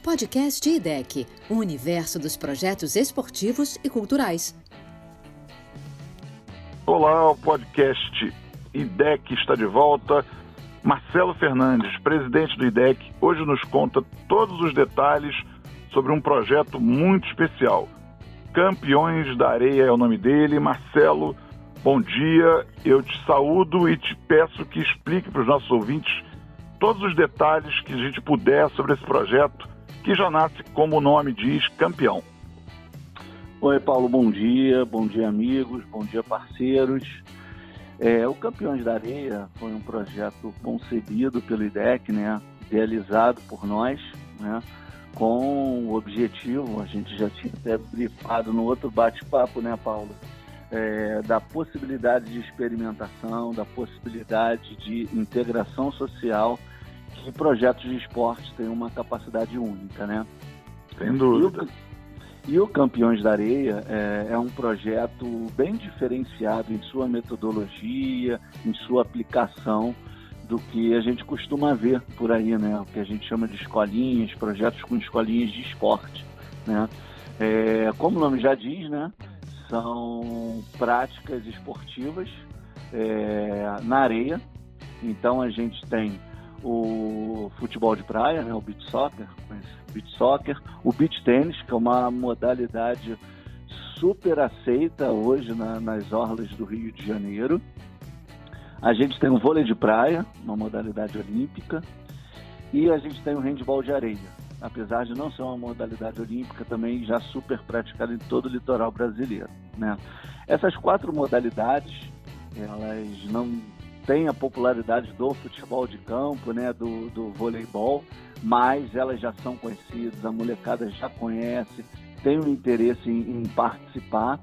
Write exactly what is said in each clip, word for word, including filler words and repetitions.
Podcast I D E C, o universo dos projetos esportivos e culturais. Olá, o podcast I D E C está de volta. Marcelo Fernandes, presidente do I D E C, hoje nos conta todos os detalhes sobre um projeto muito especial. Campeões da Areia é o nome dele. Marcelo, bom dia. Eu te saúdo e te peço que explique para os nossos ouvintes todos os detalhes que a gente puder sobre esse projeto, que já nasce, como o nome diz, campeão. Oi, Paulo, bom dia. Bom dia, amigos. Bom dia, parceiros. É, o Campeões da Areia foi um projeto concebido pelo I D E C, né, idealizado por nós, né, com o objetivo, a gente já tinha até brifado no outro bate-papo, né, Paulo, é, da possibilidade de experimentação, da possibilidade de integração social, que projetos de esporte têm uma capacidade única, né? Sem dúvida. E o Campeões da Areia é, é um projeto bem diferenciado em sua metodologia, em sua aplicação do que a gente costuma ver por aí, né? O que a gente chama de escolinhas, projetos com escolinhas de esporte, né? É, como o nome já diz, né? São práticas esportivas é, na areia. Então a gente tem o futebol de praia, né, o beach soccer, beach soccer, o beach tênis, que é uma modalidade super aceita hoje na, nas orlas do Rio de Janeiro. A gente tem o vôlei de praia, uma modalidade olímpica, e a gente tem o handebol de areia, apesar de não ser uma modalidade olímpica, também já super praticada em todo o litoral brasileiro, né? Essas quatro modalidades, elas não tem a popularidade do futebol de campo, né, do, do voleibol, mas elas já são conhecidas, a molecada já conhece, tem um interesse em, em participar.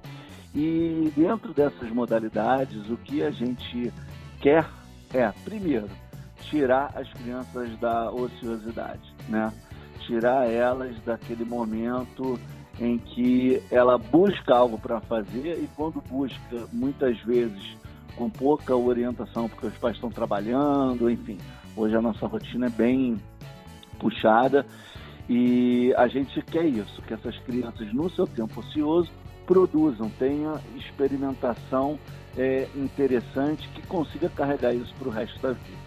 E dentro dessas modalidades, o que a gente quer é, primeiro, tirar as crianças da ociosidade, né? Tirar elas daquele momento em que ela busca algo para fazer e quando busca, muitas vezes, com pouca orientação, porque os pais estão trabalhando, enfim. Hoje a nossa rotina é bem puxada e a gente quer isso, que essas crianças, no seu tempo ocioso, produzam, tenham experimentação é, interessante, que consiga carregar isso para o resto da vida.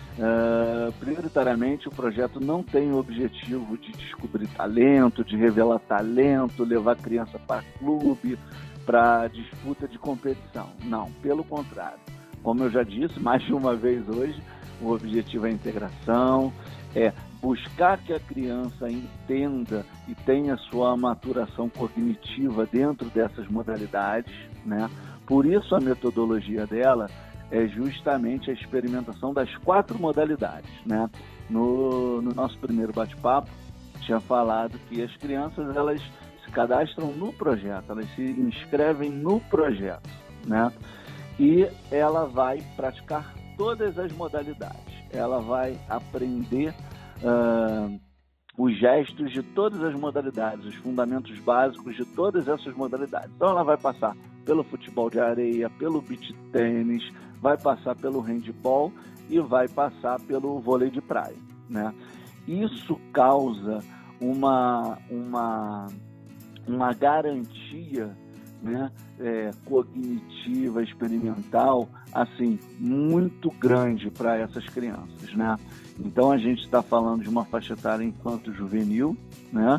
Uh, prioritariamente, o projeto não tem o objetivo de descobrir talento, de revelar talento, levar a criança para clube, para disputa de competição. Não, pelo contrário. Como eu já disse mais de uma vez hoje, o objetivo é a integração, é buscar que a criança entenda e tenha sua maturação cognitiva dentro dessas modalidades, né? Por isso a metodologia dela é justamente a experimentação das quatro modalidades, né? No, no nosso primeiro bate-papo, tinha falado que as crianças, elas se cadastram no projeto, elas se inscrevem no projeto, né? E ela vai praticar todas as modalidades. Ela vai aprender uh, os gestos de todas as modalidades, os fundamentos básicos de todas essas modalidades. Então ela vai passar pelo futebol de areia, pelo beach tênis, vai passar pelo handball e vai passar pelo vôlei de praia, né? Isso causa uma... uma uma garantia, né, é, cognitiva, experimental, assim, muito grande para essas crianças, né? Então a gente está falando de uma faixa etária enquanto juvenil, né,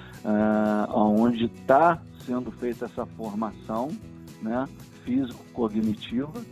uh, onde está sendo feita essa formação, né, físico-cognitiva.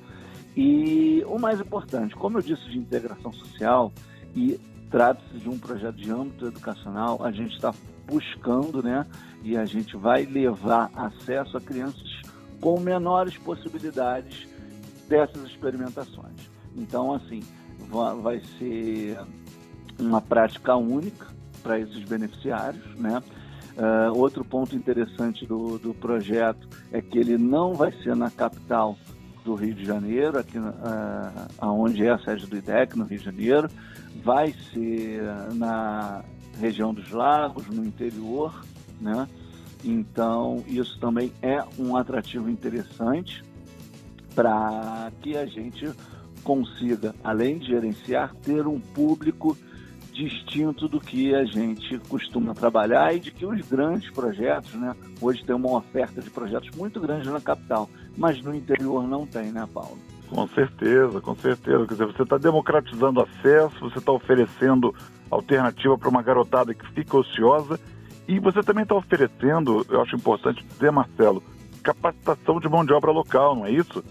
E o mais importante, como eu disse, de integração social, e trata-se de um projeto de âmbito educacional, a gente está buscando, né, e a gente vai levar acesso a crianças com menores possibilidades dessas experimentações. Então, assim, vai ser uma prática única para esses beneficiários, né? Uh, outro ponto interessante do, do projeto é que ele não vai ser na capital do Rio de Janeiro, aqui uh, onde é a sede do I D E C, no Rio de Janeiro, vai ser na região dos lagos, no interior, né? Então, isso também é um atrativo interessante para que a gente consiga, além de gerenciar, ter um público distinto do que a gente costuma trabalhar e de que os grandes projetos, né? Hoje tem uma oferta de projetos muito grande na capital, mas no interior não tem, né, Paulo? Com certeza, com certeza. Quer dizer, você está democratizando acesso, você está oferecendo alternativa para uma garotada que fica ociosa e você também está oferecendo, eu acho importante dizer, Marcelo, capacitação de mão de obra local, não é isso?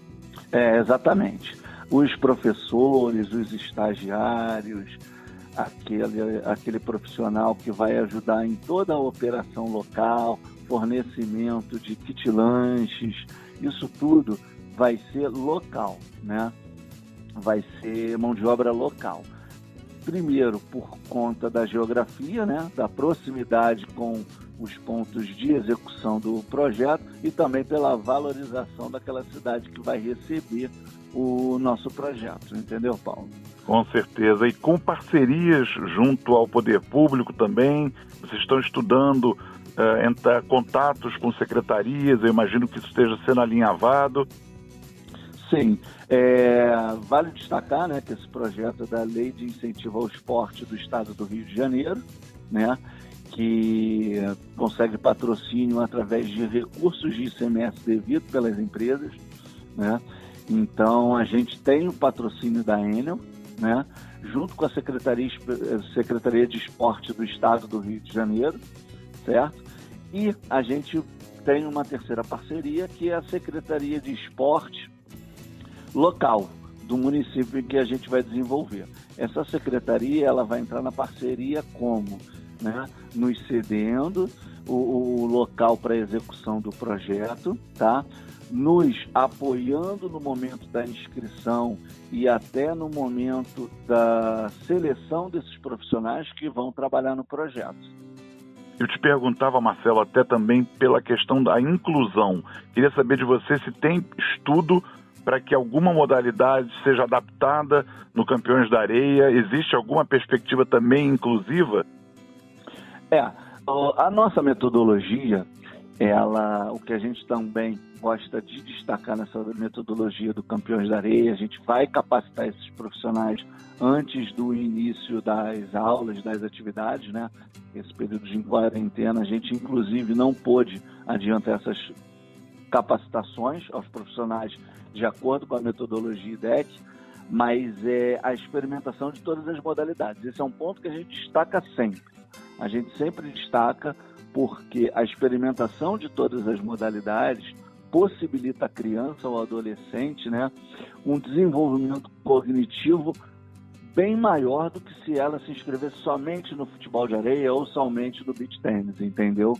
É, exatamente. Os professores, os estagiários, aquele, aquele profissional que vai ajudar em toda a operação local, fornecimento de kit lanches, isso tudo vai ser local, né? Vai ser mão de obra local. Primeiro, por conta da geografia, né? Da proximidade com os pontos de execução do projeto e também pela valorização daquela cidade que vai receber o nosso projeto, entendeu, Paulo? Com certeza. E com parcerias junto ao poder público também, vocês estão estudando uh, entrar contatos com secretarias, eu imagino que isso esteja sendo alinhavado. Sim, é, vale destacar, né, que esse projeto é da Lei de Incentivo ao Esporte do Estado do Rio de Janeiro, né, que consegue patrocínio através de recursos de I C M S devido pelas empresas, né? Então a gente tem o patrocínio da Enel, né, junto com a Secretaria, Secretaria de Esporte do Estado do Rio de Janeiro, certo? E a gente tem uma terceira parceria que é a Secretaria de Esporte local do município em que a gente vai desenvolver. Essa secretaria ela vai entrar na parceria como, né, nos cedendo o, o local para execução do projeto, tá? Nos apoiando no momento da inscrição e até no momento da seleção desses profissionais que vão trabalhar no projeto. Eu te perguntava, Marcelo, até também pela questão da inclusão. Queria saber de você se tem estudo para que alguma modalidade seja adaptada no Campeões da Areia. Existe alguma perspectiva também inclusiva? É, a nossa metodologia, ela, o que a gente também gosta de destacar nessa metodologia do Campeões da Areia, a gente vai capacitar esses profissionais antes do início das aulas, das atividades, né? Esse período de quarentena, a gente inclusive não pôde adiantar essas capacitações aos profissionais de acordo com a metodologia I D E C, mas é a experimentação de todas as modalidades. Esse é um ponto que a gente destaca sempre. A gente sempre destaca porque a experimentação de todas as modalidades possibilita à criança ou adolescente, né, um desenvolvimento cognitivo bem maior do que se ela se inscrevesse somente no futebol de areia ou somente no beach tennis, entendeu?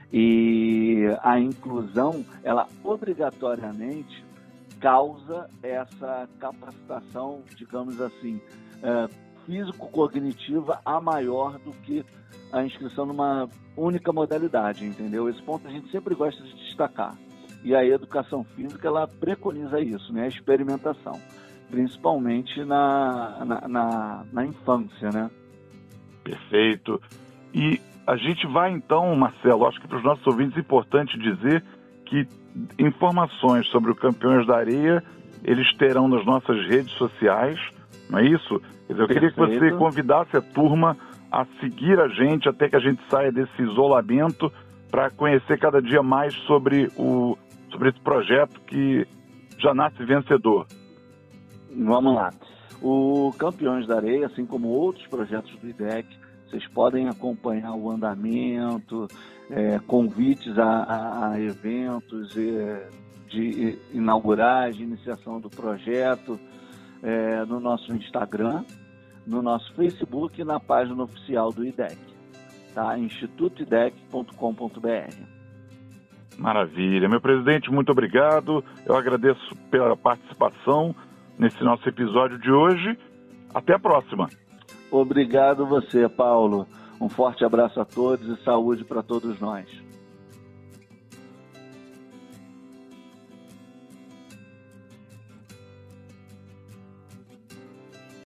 E a inclusão, ela obrigatoriamente causa essa capacitação, digamos assim, é, físico-cognitiva a maior do que a inscrição numa única modalidade, entendeu? Esse ponto a gente sempre gosta de destacar. E a educação física, ela preconiza isso, né? A experimentação, principalmente na, na, na, na infância, né? Perfeito. E a gente vai então, Marcelo, acho que para os nossos ouvintes é importante dizer que informações sobre o Campeões da Areia eles terão nas nossas redes sociais, não é isso? Quer dizer, eu queria que você convidasse a turma a seguir a gente até que a gente saia desse isolamento para conhecer cada dia mais sobre, o, sobre esse projeto que já nasce vencedor. Vamos lá. O Campeões da Areia, assim como outros projetos do I D E C, vocês podem acompanhar o andamento, é, convites a, a, a eventos é, de inaugurar, de iniciação do projeto, é, no nosso Instagram, no nosso Facebook e na página oficial do I D E C, tá? instituto I D E C ponto com ponto b r. Maravilha. Meu presidente, muito obrigado. Eu agradeço pela participação nesse nosso episódio de hoje. Até a próxima. Obrigado você, Paulo. Um forte abraço a todos e saúde para todos nós.